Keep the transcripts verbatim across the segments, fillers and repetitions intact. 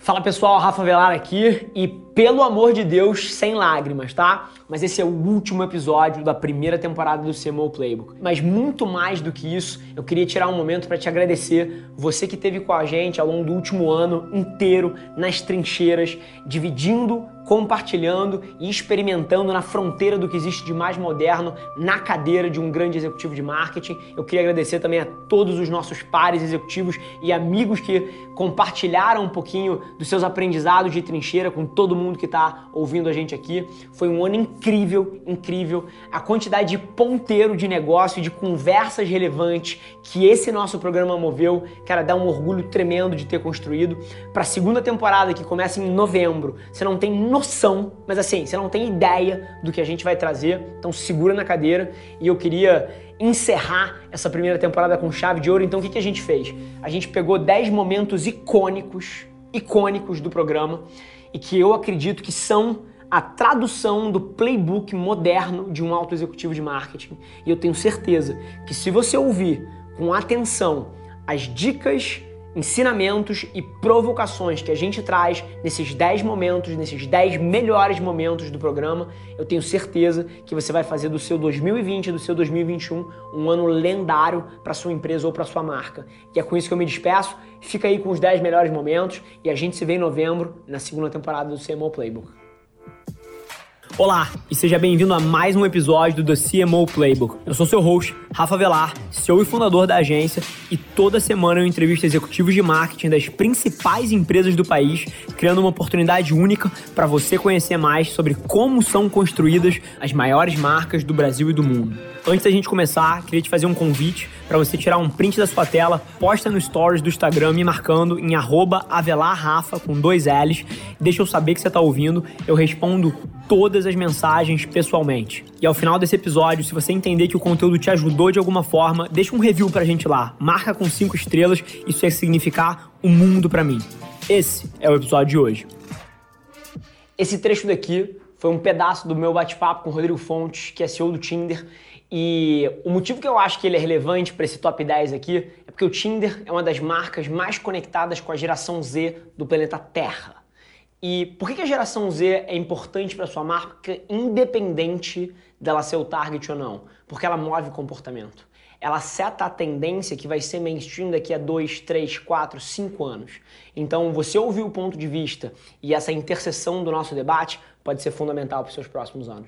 Fala pessoal, Rafa Velar aqui e pelo amor de Deus, sem lágrimas, tá? Mas esse é o último episódio da primeira temporada do C M O Playbook. Mas muito mais do que isso, eu queria tirar um momento para te agradecer, você que esteve com a gente ao longo do último ano inteiro nas trincheiras, dividindo, compartilhando e experimentando na fronteira do que existe de mais moderno na cadeira de um grande executivo de marketing. Eu queria agradecer também a todos os nossos pares executivos e amigos que compartilharam um pouquinho dos seus aprendizados de trincheira com todo mundo que está ouvindo a gente aqui. Foi um ano incrível, incrível. A quantidade de ponteiro de negócio e de conversas relevantes que esse nosso programa moveu, cara, dá um orgulho tremendo de ter construído. Para a segunda temporada, que começa em novembro, você não tem noção, mas assim, você não tem ideia do que a gente vai trazer, então segura na cadeira. E eu queria encerrar essa primeira temporada com chave de ouro. Então o que, que a gente fez? A gente pegou dez momentos icônicos, icônicos do programa e que eu acredito que são a tradução do playbook moderno de um alto executivo de marketing. E eu tenho certeza que se você ouvir com atenção as dicas, ensinamentos e provocações que a gente traz nesses dez momentos, nesses dez melhores momentos do programa, eu tenho certeza que você vai fazer do seu dois mil e vinte, do seu dois mil e vinte e um, um ano lendário para sua empresa ou para sua marca. E é com isso que eu me despeço. Fica aí com os dez melhores momentos e a gente se vê em novembro na segunda temporada do C M O Playbook. Olá e seja bem-vindo a mais um episódio do The C M O Playbook. Eu sou seu host, Rafa Velar, C E O e fundador da agência, e toda semana eu entrevisto executivos de marketing das principais empresas do país, criando uma oportunidade única para você conhecer mais sobre como são construídas as maiores marcas do Brasil e do mundo. Antes da gente começar, queria te fazer um convite para você tirar um print da sua tela, posta no stories do Instagram me marcando em arroba avelarrafa com dois L's, deixa eu saber que você está ouvindo, eu respondo todas as mensagens pessoalmente. E ao final desse episódio, se você entender que o conteúdo te ajudou de alguma forma, deixa um review pra gente lá, marca com cinco estrelas, isso ia significar o mundo pra mim. Esse é o episódio de hoje. Esse trecho daqui foi um pedaço do meu bate-papo com o Rodrigo Fontes, que é C E O do Tinder, e o motivo que eu acho que ele é relevante para esse top dez aqui é porque o Tinder é uma das marcas mais conectadas com a geração Z do planeta Terra. E por que a geração Z é importante para sua marca, independente dela ser o target ou não? Porque ela move o comportamento. Ela seta a tendência que vai ser mainstream daqui a dois, três, quatro, cinco anos. Então, você ouvir o ponto de vista e essa interseção do nosso debate pode ser fundamental para os seus próximos anos.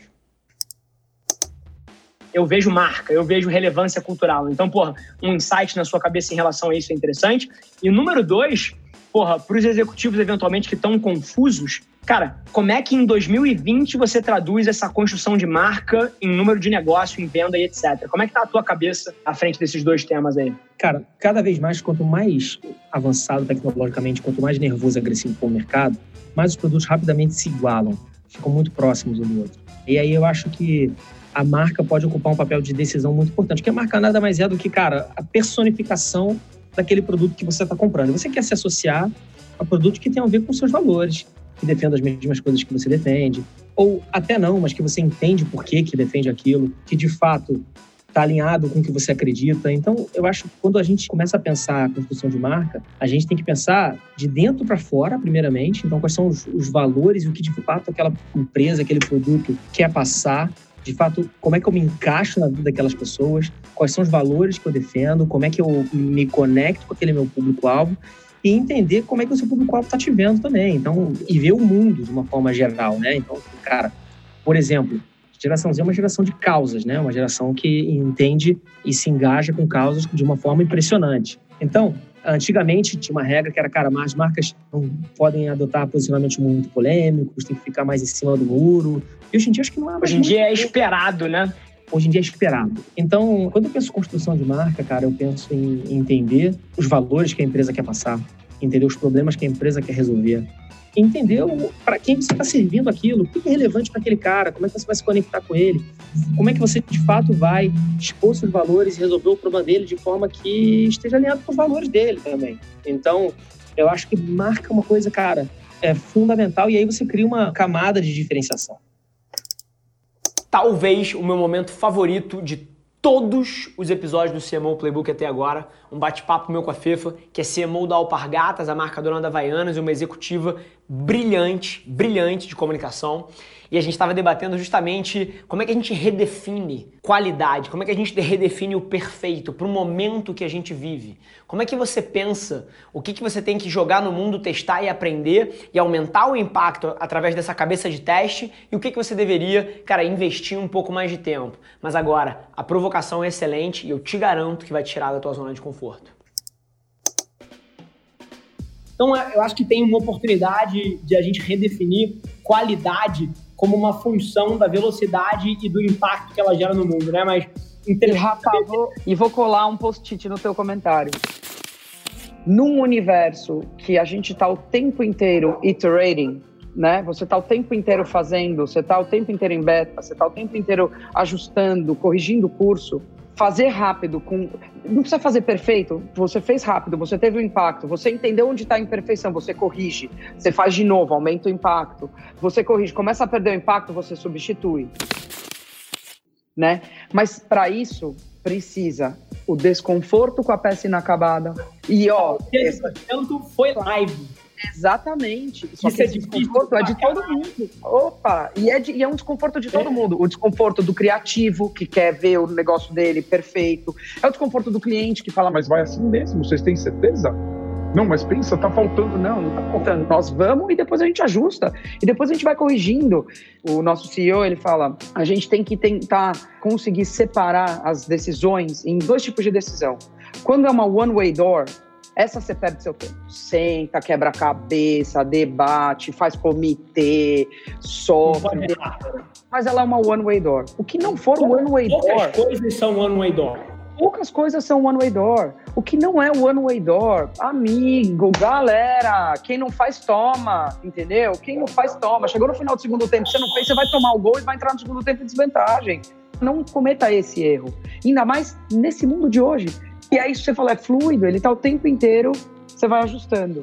Eu vejo marca, eu vejo relevância cultural. Então, porra, um insight na sua cabeça em relação a isso é interessante. E número dois, porra, para os executivos eventualmente que estão confusos, cara, como é que em dois mil e vinte você traduz essa construção de marca em número de negócio, em venda e etcétera? Como é que tá a tua cabeça à frente desses dois temas aí? Cara, cada vez mais, quanto mais avançado tecnologicamente, quanto mais nervoso e agressivo for o mercado, mais os produtos rapidamente se igualam, ficam muito próximos um do outro. E aí eu acho que a marca pode ocupar um papel de decisão muito importante, porque a marca nada mais é do que, cara, a personificação daquele produto que você está comprando. Você quer se associar a produtos que tenham a ver com seus valores, que defendam as mesmas coisas que você defende, ou até não, mas que você entende por que que defende aquilo, que de fato está alinhado com o que você acredita. Então, eu acho que quando a gente começa a pensar a construção de marca, a gente tem que pensar de dentro para fora, primeiramente. Então, quais são os, os valores e o que de fato aquela empresa, aquele produto quer passar. De fato, como é que eu me encaixo na vida daquelas pessoas, quais são os valores que eu defendo, como é que eu me conecto com aquele meu público-alvo e entender como é que o seu público-alvo está te vendo também. Então, e ver o mundo de uma forma geral, né? Então, cara, por exemplo, a geração Z é uma geração de causas, né? Uma geração que entende e se engaja com causas de uma forma impressionante. Então, antigamente tinha uma regra que era, cara, as marcas não podem adotar posicionamentos muito polêmicos, tem que ficar mais em cima do muro. E hoje em dia acho que não é mais. Hoje em dia é esperado, né? Hoje em dia é esperado. Então, quando eu penso em construção de marca, cara, eu penso em entender os valores que a empresa quer passar, entender os problemas que a empresa quer resolver, entender para quem você está servindo aquilo, o que é relevante para aquele cara, como é que você vai se conectar com ele, como é que você, de fato, vai expor seus valores e resolver o problema dele de forma que esteja alinhado com os valores dele também. Então, eu acho que marca uma coisa, cara, é fundamental, e aí você cria uma camada de diferenciação. Talvez o meu momento favorito de todos os episódios do C M O Playbook até agora, um bate-papo meu com a Fefa, que é C M O da Alpargatas, a marca dona da Havaianas, e uma executiva brilhante, brilhante de comunicação. E a gente estava debatendo justamente como é que a gente redefine qualidade, como é que a gente redefine o perfeito para o momento que a gente vive. Como é que você pensa o que, que você tem que jogar no mundo, testar e aprender e aumentar o impacto através dessa cabeça de teste e o que, que você deveria, cara, investir um pouco mais de tempo. Mas agora, a provocação é excelente e eu te garanto que vai te tirar da tua zona de conforto. Então, eu acho que tem uma oportunidade de a gente redefinir qualidade como uma função da velocidade e do impacto que ela gera no mundo, né? Mas E, Rafa, vou, e vou colar um post-it no teu comentário. Num universo que a gente está o tempo inteiro iterating, né? Você está o tempo inteiro fazendo, você está o tempo inteiro em beta, você está o tempo inteiro ajustando, corrigindo o curso. Fazer rápido, com... não precisa fazer perfeito, você fez rápido, você teve o impacto, você entendeu onde está a imperfeição, você corrige, você faz de novo, aumenta o impacto, você corrige, começa a perder o impacto, você substitui. Né? Mas para isso, precisa o desconforto com a peça inacabada. E ó, esse tanto foi live. Exatamente. Só que esse desconforto é de todo mundo. Opa! E é, de, e é um desconforto de todo mundo. O desconforto do criativo, que quer ver o negócio dele perfeito. É o desconforto do cliente, que fala, mas vai assim mesmo? Vocês têm certeza? Não, mas pensa, tá faltando. Não, não tá faltando. Nós vamos e depois a gente ajusta. E depois a gente vai corrigindo. O nosso C E O, ele fala, a gente tem que tentar conseguir separar as decisões em dois tipos de decisão. Quando é uma one-way door, essa você perde seu tempo. Senta, quebra a cabeça, debate, faz comitê, sofre. Mas ela é uma one-way door. O que não for one-way door... Poucas coisas são one-way door. Poucas coisas são one-way door. O que não é one-way door, amigo, galera, quem não faz, toma, entendeu? Quem não faz, toma. Chegou no final do segundo tempo, você não fez, você vai tomar o gol e vai entrar no segundo tempo em desvantagem. Não cometa esse erro. Ainda mais nesse mundo de hoje. E aí, se você falar, é fluido, ele tá o tempo inteiro, você vai ajustando.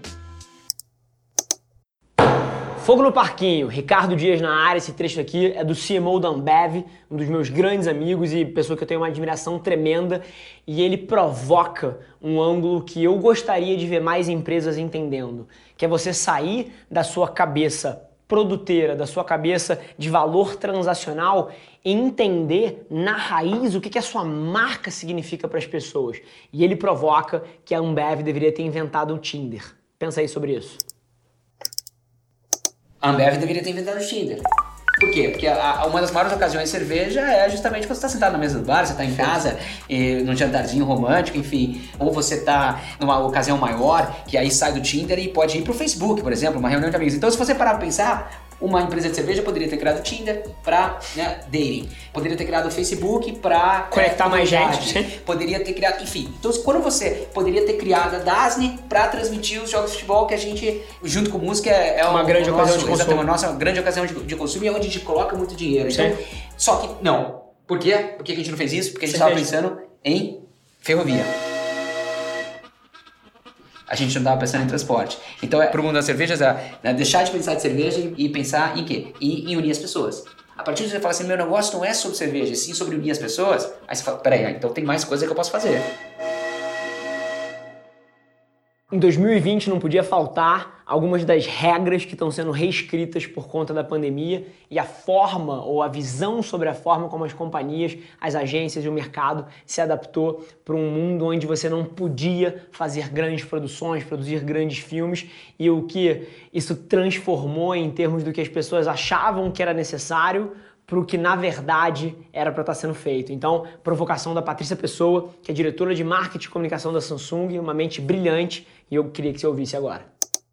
Fogo no parquinho, Ricardo Dias na área. Esse trecho aqui é do C M O da Ambev, um dos meus grandes amigos e pessoa que eu tenho uma admiração tremenda, e ele provoca um ângulo que eu gostaria de ver mais empresas entendendo, que é você sair da sua cabeça produteira, da sua cabeça de valor transacional e entender na raiz o que, que a sua marca significa para as pessoas. E ele provoca que a Ambev deveria ter inventado o Tinder. Pensa aí sobre isso. A Ambev deveria ter inventado o Tinder. Por quê? Porque a, a, uma das maiores ocasiões de cerveja é justamente quando você está sentado na mesa do bar, você está em casa, e, num jantarzinho romântico, enfim. Ou você está numa ocasião maior, que aí sai do Tinder e pode ir para o Facebook, por exemplo, uma reunião de amigos. Então, se você parar para pensar, uma empresa de cerveja poderia ter criado o Tinder para, né, dating. Poderia ter criado o Facebook para conectar é, mais gente. Poderia ter criado, enfim. Então, quando você poderia ter criado a Dasni para transmitir os jogos de futebol que a gente, junto com música, é, é uma um, grande um ocasião nosso, de consumo. Uma nossa grande ocasião de, de consumo e é onde a gente coloca muito dinheiro. Então, só que não. Por quê? Por que a gente não fez isso? Porque a gente estava pensando em ferrovia. A gente não estava pensando em transporte. Então, é, para o mundo das cervejas, é, é deixar de pensar de cerveja e, e pensar em quê? Em, em unir as pessoas. A partir de você falar assim, meu negócio não é sobre cerveja, sim sobre unir as pessoas, aí você fala, peraí, então tem mais coisa que eu posso fazer. Em dois mil e vinte não podia faltar algumas das regras que estão sendo reescritas por conta da pandemia e a forma ou a visão sobre a forma como as companhias, as agências e o mercado se adaptou para um mundo onde você não podia fazer grandes produções, produzir grandes filmes, e o que isso transformou em termos do que as pessoas achavam que era necessário para o que na verdade era para estar sendo feito. Então, provocação da Patrícia Pessoa, que é diretora de marketing e comunicação da Samsung, uma mente brilhante, e eu queria que você ouvisse agora.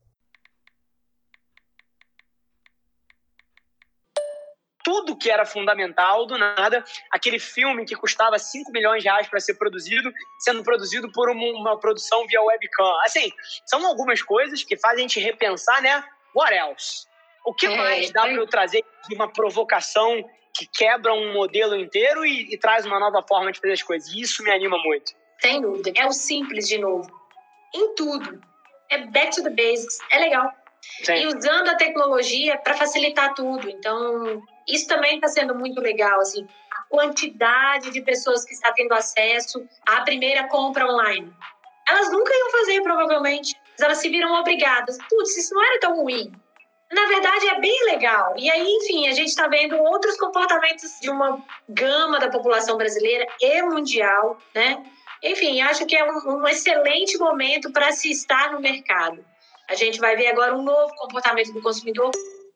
Tudo que era fundamental, do nada, aquele filme que custava cinco milhões de reais para ser produzido, sendo produzido por uma, uma produção via webcam. Assim, são algumas coisas que fazem a gente repensar, né? What else? O que é, mais dá é... para eu trazer de uma provocação que quebra um modelo inteiro e, e traz uma nova forma de fazer as coisas? E isso me anima muito. Sem dúvida. É o simples de novo. Em tudo. É back to the basics. É legal. Sim. E usando a tecnologia para facilitar tudo. Então, isso também está sendo muito legal. Assim, quantidade de pessoas que está tendo acesso à primeira compra online. Elas nunca iam fazer, provavelmente. Mas elas se viram obrigadas. Putz, isso não era tão ruim. Na verdade, é bem legal. E aí, enfim, a gente está vendo outros comportamentos de uma gama da população brasileira e mundial, né? Enfim, acho que é um, um excelente momento para se estar no mercado. A gente vai ver agora um novo comportamento do consumidor.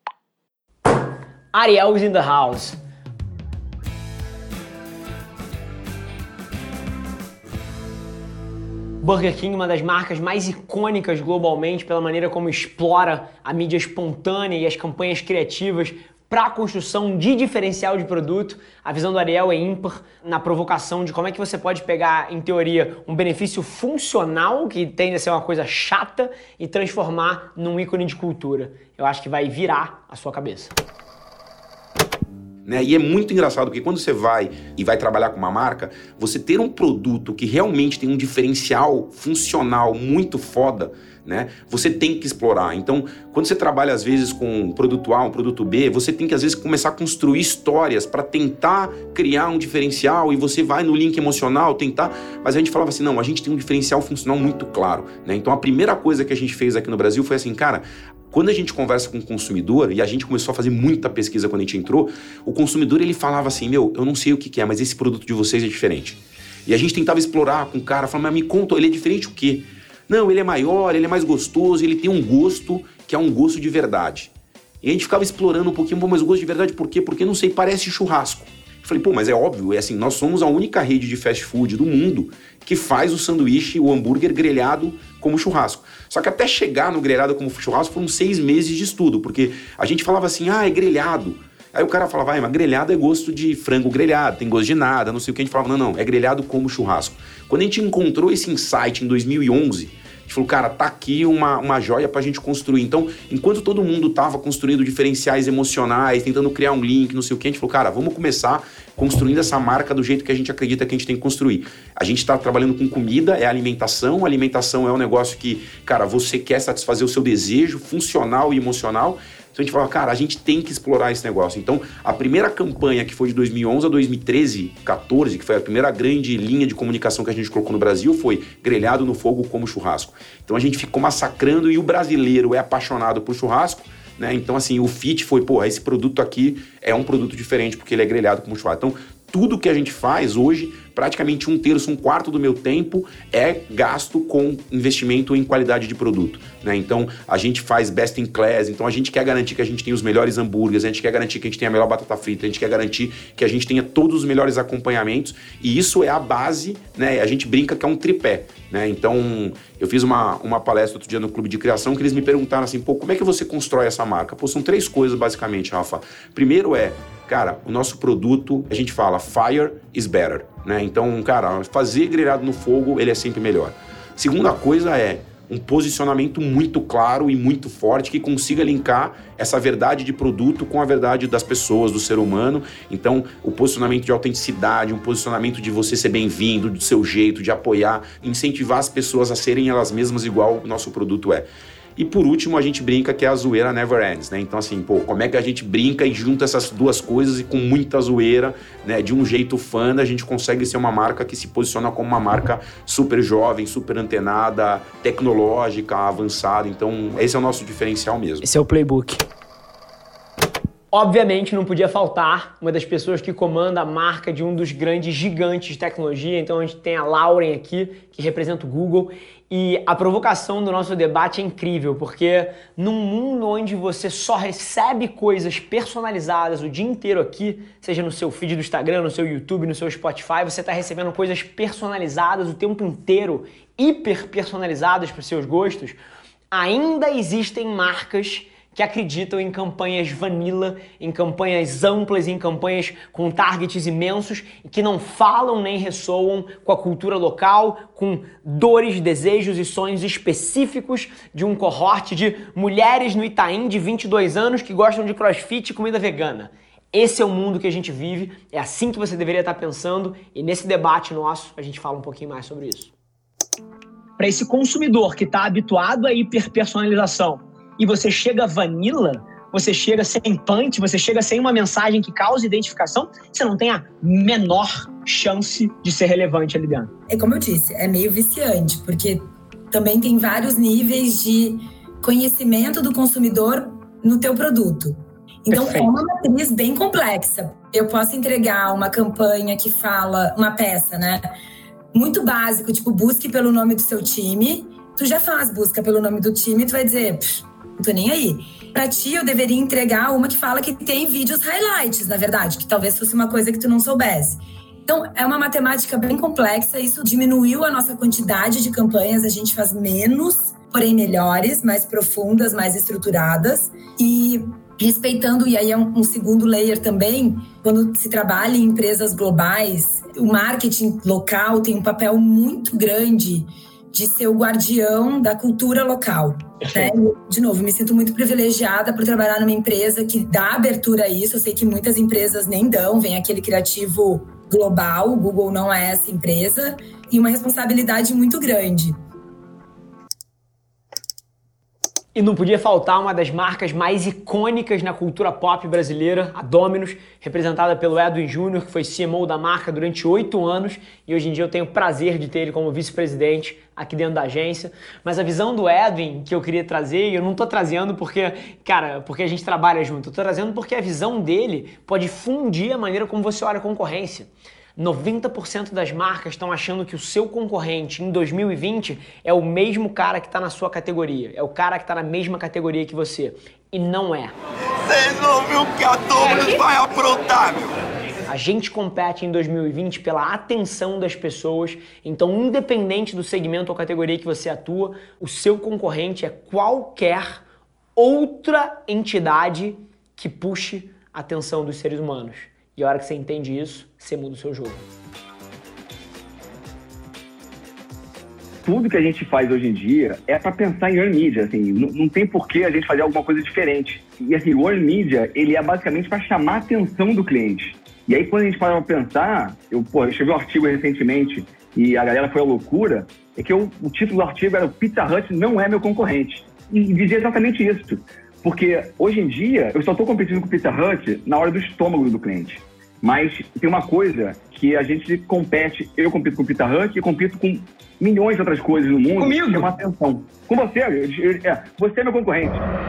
Ariel's in the house. Burger King, uma das marcas mais icônicas globalmente pela maneira como explora a mídia espontânea e as campanhas criativas para a construção de diferencial de produto. A visão do Ariel é ímpar na provocação de como é que você pode pegar, em teoria, um benefício funcional, que tende a ser uma coisa chata, e transformar num ícone de cultura. Eu acho que vai virar a sua cabeça. Né? E é muito engraçado, porque quando você vai e vai trabalhar com uma marca, você ter um produto que realmente tem um diferencial funcional muito foda, né? Você tem que explorar. Então, quando você trabalha às vezes com um produto A, um produto B, você tem que às vezes começar a construir histórias para tentar criar um diferencial, e você vai no link emocional tentar, mas a gente falava assim, não, a gente tem um diferencial funcional muito claro, né? Então a primeira coisa que a gente fez aqui no Brasil foi assim, cara, quando a gente conversa com o consumidor, e a gente começou a fazer muita pesquisa quando a gente entrou, o consumidor ele falava assim, meu, eu não sei o que que é, mas esse produto de vocês é diferente. E a gente tentava explorar com o cara, falando, mas me conta, ele é diferente o quê? Não, ele é maior, ele é mais gostoso, ele tem um gosto que é um gosto de verdade. E a gente ficava explorando um pouquinho, pô, mas o gosto de verdade por quê? Porque, não sei, parece churrasco. Eu falei, pô, mas é óbvio, é assim, nós somos a única rede de fast food do mundo que faz o sanduíche, o hambúrguer grelhado como churrasco. Só que até chegar no grelhado como churrasco foram seis meses de estudo, porque a gente falava assim, ah, é grelhado. Aí o cara falava, ah, mas grelhado é gosto de frango grelhado, tem gosto de nada, não sei o que. A gente falava, não, não, é grelhado como churrasco. Quando a gente encontrou esse insight em dois mil e onze, a gente falou, cara, tá aqui uma, uma joia pra gente construir. Então, enquanto todo mundo tava construindo diferenciais emocionais, tentando criar um link, não sei o que, a gente falou, cara, vamos começar construindo essa marca do jeito que a gente acredita que a gente tem que construir. A gente tá trabalhando com comida, é alimentação, a alimentação é um negócio que, cara, você quer satisfazer o seu desejo funcional e emocional. Então a gente falava, cara, a gente tem que explorar esse negócio. Então, a primeira campanha, que foi de dois mil e onze a dois mil e treze, quatorze, que foi a primeira grande linha de comunicação que a gente colocou no Brasil, foi grelhado no fogo como churrasco. Então a gente ficou massacrando, e o brasileiro é apaixonado por churrasco, né? Então, assim, o fit foi, pô, esse produto aqui é um produto diferente porque ele é grelhado como churrasco. Então, tudo que a gente faz hoje, praticamente um terço, um quarto do meu tempo é gasto com investimento em qualidade de produto, né? Então, a gente faz best in class, então a gente quer garantir que a gente tem os melhores hambúrgueres, a gente quer garantir que a gente tenha a melhor batata frita, a gente quer garantir que a gente tenha todos os melhores acompanhamentos, e isso é a base, né? A gente brinca que é um tripé, né? Então, eu fiz uma, uma palestra outro dia no Clube de Criação, que eles me perguntaram assim, pô, como é que você constrói essa marca? Pô, são três coisas basicamente, Rafa. Primeiro é, cara, o nosso produto, a gente fala, fire is better, né? Então, cara, fazer grelhado no fogo, ele é sempre melhor. Segunda coisa é um posicionamento muito claro e muito forte que consiga linkar essa verdade de produto com a verdade das pessoas, do ser humano. Então, o posicionamento de autenticidade, um posicionamento de você ser bem-vindo, do seu jeito, de apoiar, incentivar as pessoas a serem elas mesmas igual o nosso produto é. E por último, a gente brinca que a zoeira never ends, né? Então, assim, pô, como é que a gente brinca e junta essas duas coisas, e com muita zoeira, né? De um jeito fã, a gente consegue ser uma marca que se posiciona como uma marca super jovem, super antenada, tecnológica, avançada. Então, esse é o nosso diferencial mesmo. Esse é o playbook. Obviamente não podia faltar uma das pessoas que comanda a marca de um dos grandes gigantes de tecnologia. Então a gente tem a Lauren aqui, que representa o Google. E a provocação do nosso debate é incrível, porque num mundo onde você só recebe coisas personalizadas o dia inteiro aqui, seja no seu feed do Instagram, no seu YouTube, no seu Spotify, você está recebendo coisas personalizadas o tempo inteiro, hiper personalizadas para os seus gostos, ainda existem marcas que acreditam em campanhas vanilla, em campanhas amplas, em campanhas com targets imensos e que não falam nem ressoam com a cultura local, com dores, desejos e sonhos específicos de um cohorte de mulheres no Itaim de vinte e dois anos que gostam de crossfit e comida vegana. Esse é o mundo que a gente vive, é assim que você deveria estar pensando, e nesse debate nosso a gente fala um pouquinho mais sobre isso. Para esse consumidor que está habituado à hiperpersonalização, e você chega vanilla, você chega sem punch, você chega sem uma mensagem que cause identificação, você não tem a menor chance de ser relevante ali dentro. É como eu disse, é meio viciante, porque também tem vários níveis de conhecimento do consumidor no teu produto. Então, Perfeito. É uma matriz bem complexa. Eu posso entregar uma campanha que fala, uma peça, né? Muito básico, tipo, busque pelo nome do seu time. Tu já faz busca pelo nome do time, tu vai dizer, não tô nem aí. Pra ti, eu deveria entregar uma que fala que tem vídeos highlights, na verdade, que talvez fosse uma coisa que tu não soubesse. Então, é uma matemática bem complexa, isso diminuiu a nossa quantidade de campanhas, a gente faz menos, porém melhores, mais profundas, mais estruturadas e respeitando, e aí é um, um segundo layer também, quando se trabalha em empresas globais, o marketing local tem um papel muito grande de ser o guardião da cultura local. Né? De novo, me sinto muito privilegiada por trabalhar numa empresa que dá abertura a isso. Eu sei que muitas empresas nem dão, vem aquele criativo global, o Google não é essa empresa, e uma responsabilidade muito grande. E não podia faltar uma das marcas mais icônicas na cultura pop brasileira, a Domino's, representada pelo Edwin Júnior, que foi C M O da marca durante oito anos, e hoje em dia eu tenho o prazer de ter ele como vice-presidente aqui dentro da agência. Mas a visão do Edwin que eu queria trazer, e eu não tô trazendo porque, cara, porque a gente trabalha junto, eu tô trazendo porque a visão dele pode fundir a maneira como você olha a concorrência. noventa por cento das marcas estão achando que o seu concorrente em dois mil e vinte é o mesmo cara que está na sua categoria, é o cara que está na mesma categoria que você. E não é. Você não viu que a Domino's vai aprontar, meu? A gente compete em dois mil e vinte pela atenção das pessoas, então independente do segmento ou categoria que você atua, o seu concorrente é qualquer outra entidade que puxe a atenção dos seres humanos. E a hora que você entende isso, você muda o seu jogo. Tudo que a gente faz hoje em dia é para pensar em earned media, assim, não, não tem por que a gente fazer alguma coisa diferente. E assim, o earned media, ele é basicamente para chamar a atenção do cliente. E aí, quando a gente para pra pensar, eu, pô, eu escrevi um artigo recentemente e a galera foi à loucura, é que eu, o título do artigo era o Pizza Hut não é meu concorrente. E dizia exatamente isso. Porque hoje em dia, eu só estou competindo com o Pizza Hut na hora do estômago do cliente. Mas tem uma coisa que a gente compete, eu compito com o Pizza Hut e compito com milhões de outras coisas no mundo. Comigo? Que chama atenção. Com você, eu, eu, é, você é meu concorrente.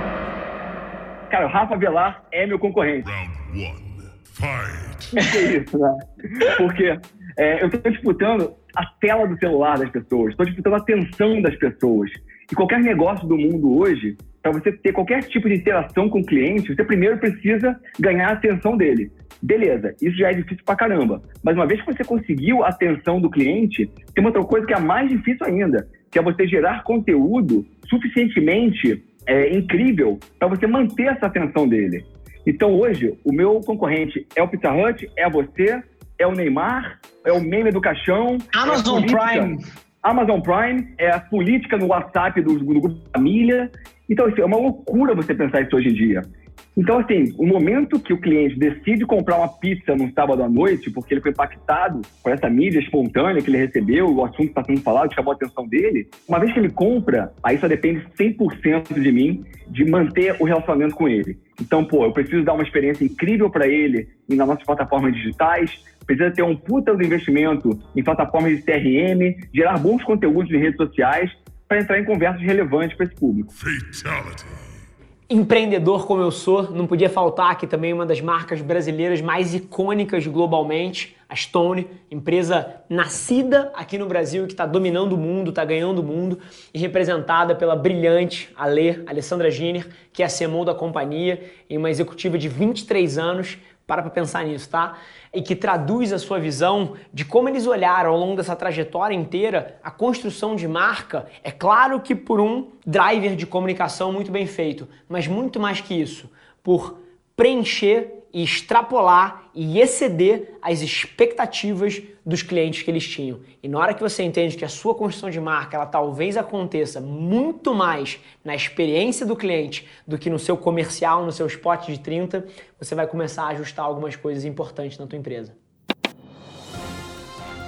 Cara, o Rafa Velar é meu concorrente. Round one. Fight. Por que isso, né? Porque é, eu estou disputando a tela do celular das pessoas, estou disputando a atenção das pessoas. E qualquer negócio do mundo hoje, para você ter qualquer tipo de interação com o cliente, você primeiro precisa ganhar a atenção dele. Beleza, isso já é difícil pra caramba. Mas uma vez que você conseguiu a atenção do cliente, tem uma outra coisa que é mais difícil ainda, que é você gerar conteúdo suficientemente é, incrível para você manter essa atenção dele. Então hoje, o meu concorrente é o Pizza Hut, é você, é o Neymar, é o meme do caixão, Amazon é Prime. Amazon Prime, é a política no WhatsApp do, do grupo da família. Então, assim, é uma loucura você pensar isso hoje em dia. Então, assim, o momento que o cliente decide comprar uma pizza num sábado à noite, porque ele foi impactado por essa mídia espontânea que ele recebeu, o assunto está sendo falado, chamou a atenção dele, uma vez que ele compra, aí só depende cem por cento de mim de manter o relacionamento com ele. Então, pô, eu preciso dar uma experiência incrível para ele nas nossas plataformas digitais, precisa ter um puta do investimento em plataformas de C R M, gerar bons conteúdos em redes sociais para entrar em conversas relevantes para esse público. Fatality. Empreendedor como eu sou, não podia faltar aqui também uma das marcas brasileiras mais icônicas globalmente, a Stone, empresa nascida aqui no Brasil e que está dominando o mundo, está ganhando o mundo e representada pela brilhante Ale, Alessandra Giner, que é a C M O da companhia e uma executiva de vinte e três anos, para para pensar nisso, tá? E que traduz a sua visão de como eles olharam ao longo dessa trajetória inteira a construção de marca, é claro que por um driver de comunicação muito bem feito, mas muito mais que isso, por preencher e extrapolar e exceder as expectativas dos clientes que eles tinham. E na hora que você entende que a sua construção de marca, ela talvez aconteça muito mais na experiência do cliente do que no seu comercial, no seu spot de trinta, você vai começar a ajustar algumas coisas importantes na tua empresa.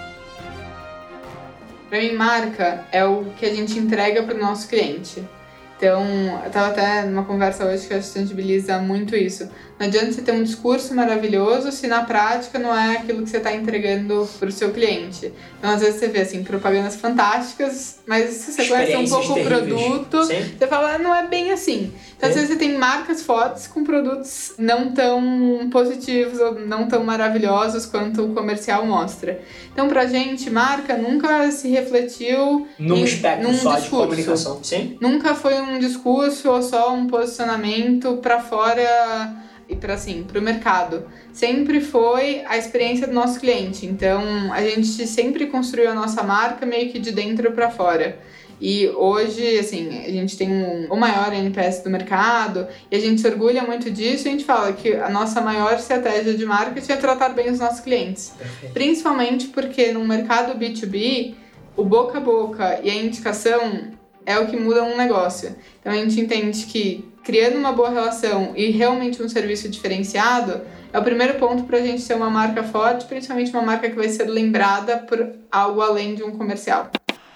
Para mim, marca é o que a gente entrega para o nosso cliente. Então, eu estava até numa conversa hoje que a gente tangibiliza muito isso. Não adianta você ter um discurso maravilhoso se na prática não é aquilo que você está entregando para o seu cliente. Então, às vezes você vê assim, propagandas fantásticas, mas se você conhece um pouco o produto, Sim. você fala, ah, não é bem assim. Então, Sim. às vezes você tem marcas fortes com produtos não tão positivos ou não tão maravilhosos quanto o comercial mostra. Então, pra gente, marca nunca se refletiu num em, espectro num só discurso. de comunicação. Sim. Nunca foi um discurso ou só um posicionamento para fora e para assim, para o mercado. Sempre foi a experiência do nosso cliente. Então, a gente sempre construiu a nossa marca meio que de dentro para fora. E hoje, assim, a gente tem um, o maior N P S do mercado e a gente se orgulha muito disso e a gente fala que a nossa maior estratégia de marketing é tratar bem os nossos clientes. Perfeito. Principalmente porque no mercado B dois B, o boca a boca e a indicação é o que muda um negócio. Então a gente entende que criando uma boa relação e realmente um serviço diferenciado é o primeiro ponto para a gente ser uma marca forte, principalmente uma marca que vai ser lembrada por algo além de um comercial.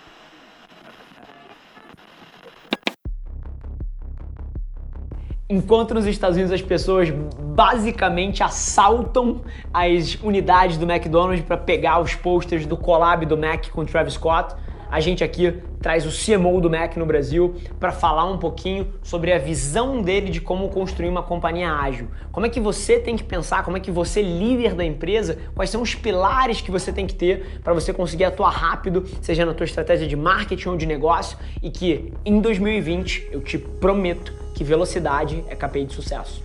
Enquanto nos Estados Unidos as pessoas basicamente assaltam as unidades do McDonald's para pegar os posters do collab do Mac com o Travis Scott, a gente aqui traz o C M O do Mac no Brasil para falar um pouquinho sobre a visão dele de como construir uma companhia ágil. Como é que você tem que pensar, como é que você, líder da empresa, quais são os pilares que você tem que ter para você conseguir atuar rápido, seja na tua estratégia de marketing ou de negócio, e que em dois mil e vinte eu te prometo que velocidade é K P I de sucesso.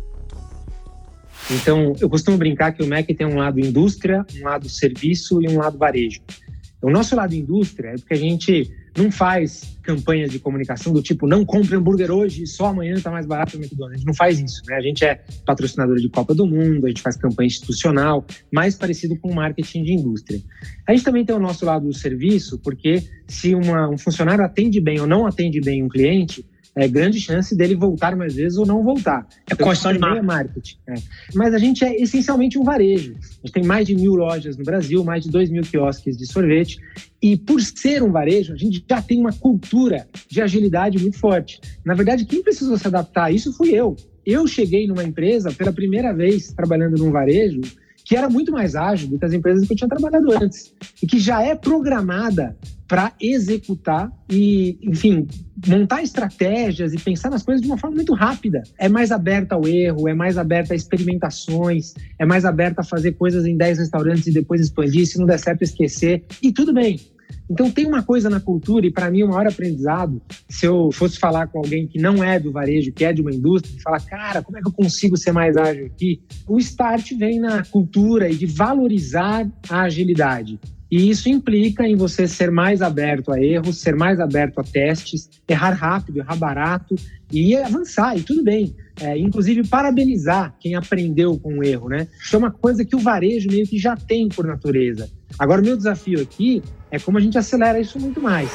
Então, eu costumo brincar que o Mac tem um lado indústria, um lado serviço e um lado varejo. O nosso lado indústria é porque a gente não faz campanhas de comunicação do tipo não compre hambúrguer hoje, só amanhã está mais barato no McDonald's. A gente não faz isso, né? A gente é patrocinador de Copa do Mundo, a gente faz campanha institucional, mais parecido com marketing de indústria. A gente também tem o nosso lado do serviço, porque se uma, um funcionário atende bem ou não atende bem um cliente, é grande chance dele voltar mais vezes ou não voltar. É construção de marca. marketing. É. Mas a gente é essencialmente um varejo. A gente tem mais de mil lojas no Brasil, mais de dois mil quiosques de sorvete. E por ser um varejo, a gente já tem uma cultura de agilidade muito forte. Na verdade, quem precisou se adaptar a isso fui eu. Eu cheguei numa empresa pela primeira vez trabalhando num varejo que era muito mais ágil do que as empresas que eu tinha trabalhado antes. E que já é programada para executar e, enfim, montar estratégias e pensar nas coisas de uma forma muito rápida. É mais aberta ao erro, é mais aberta a experimentações, é mais aberta a fazer coisas em dez restaurantes e depois expandir, se não der certo esquecer, e tudo bem. Então tem uma coisa na cultura, e para mim o maior aprendizado, se eu fosse falar com alguém que não é do varejo, que é de uma indústria, e falar, cara, como é que eu consigo ser mais ágil aqui? O start vem na cultura e de valorizar a agilidade. E isso implica em você ser mais aberto a erros, ser mais aberto a testes, errar rápido, errar barato e avançar, e tudo bem. É, inclusive, parabenizar quem aprendeu com o erro, né? Isso é uma coisa que o varejo meio que já tem por natureza. Agora, o meu desafio aqui é como a gente acelera isso muito mais.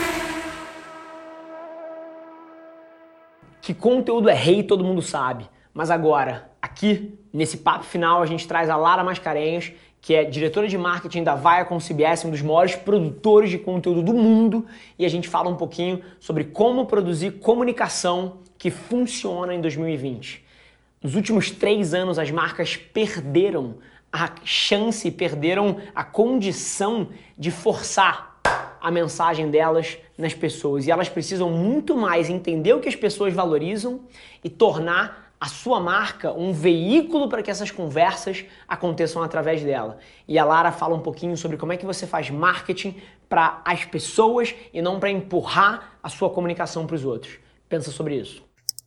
Que conteúdo é rei, todo mundo sabe. Mas agora, aqui, nesse papo final, a gente traz a Lara Mascarenhas, que é diretora de marketing da Viacom C B S, um dos maiores produtores de conteúdo do mundo, e a gente fala um pouquinho sobre como produzir comunicação que funciona em dois mil e vinte. Nos últimos três anos, as marcas perderam a chance, perderam a condição de forçar a mensagem delas nas pessoas, e elas precisam muito mais entender o que as pessoas valorizam e tornar a sua marca um veículo para que essas conversas aconteçam através dela. E a Lara fala um pouquinho sobre como é que você faz marketing para as pessoas e não para empurrar a sua comunicação para os outros. Pensa sobre isso.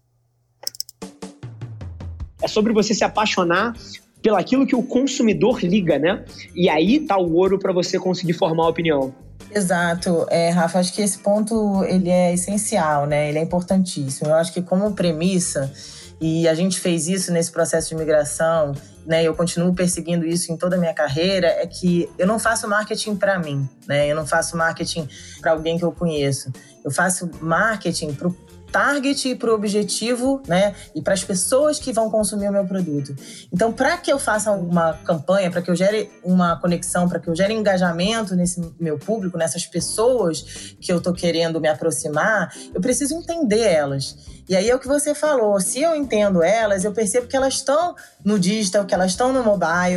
É sobre você se apaixonar pelaquilo que o consumidor liga, né? E aí tá o ouro para você conseguir formar a opinião. Exato. É, Rafa, acho que esse ponto ele é essencial, né? Ele é importantíssimo. Eu acho que como premissa, e a gente fez isso nesse processo de migração né, eu continuo perseguindo isso em toda a minha carreira, é que eu não faço marketing para mim, né? Eu não faço marketing para alguém que eu conheço. Eu faço marketing para o target e para o objetivo, né? E para as pessoas que vão consumir o meu produto. Então, para que eu faça uma campanha, para que eu gere uma conexão, para que eu gere engajamento nesse meu público, nessas pessoas que eu tô querendo me aproximar, eu preciso entender elas. E aí é o que você falou, se eu entendo elas, eu percebo que elas estão no digital, que elas estão no mobile.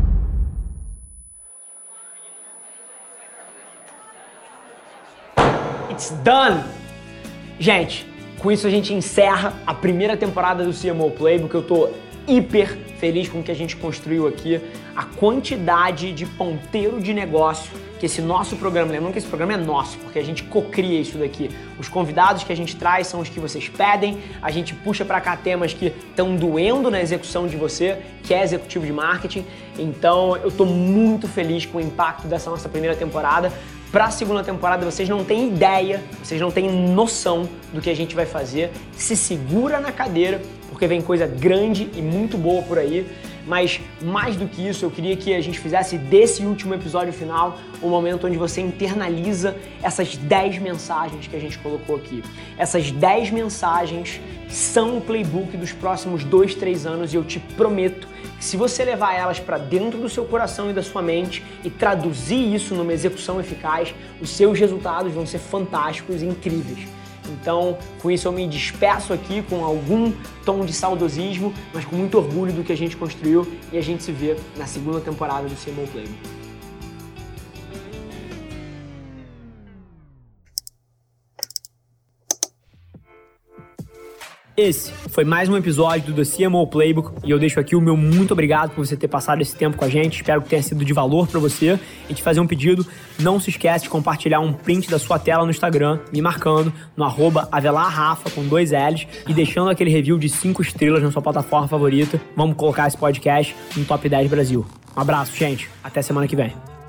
It's done! Gente, com isso a gente encerra a primeira temporada do C M O Playbook. Eu tô hiper feliz com o que a gente construiu aqui. A quantidade de ponteiro de negócio que esse nosso programa, lembrando que esse programa é nosso, porque a gente cocria isso daqui. Os convidados que a gente traz são os que vocês pedem, a gente puxa pra cá temas que estão doendo na execução de você, que é executivo de marketing. Então eu tô muito feliz com o impacto dessa nossa primeira temporada. Para a segunda temporada, vocês não têm ideia, vocês não têm noção do que a gente vai fazer. Se segura na cadeira, porque vem coisa grande e muito boa por aí. Mas mais do que isso, eu queria que a gente fizesse desse último episódio final um momento onde você internaliza essas dez mensagens que a gente colocou aqui. Essas dez mensagens são o playbook dos próximos dois, três anos e eu te prometo que se você levar elas para dentro do seu coração e da sua mente e traduzir isso numa execução eficaz, os seus resultados vão ser fantásticos e incríveis. Então, com isso eu me despeço aqui com algum tom de saudosismo, mas com muito orgulho do que a gente construiu e a gente se vê na segunda temporada do C M O Playbook. Esse foi mais um episódio do C M O Playbook e eu deixo aqui o meu muito obrigado por você ter passado esse tempo com a gente. Espero que tenha sido de valor para você. E te fazer um pedido, não se esquece de compartilhar um print da sua tela no Instagram, me marcando no arroba avelarrafa com dois L's e deixando aquele review de cinco estrelas na sua plataforma favorita. Vamos colocar esse podcast no Top dez Brasil. Um abraço, gente. Até semana que vem.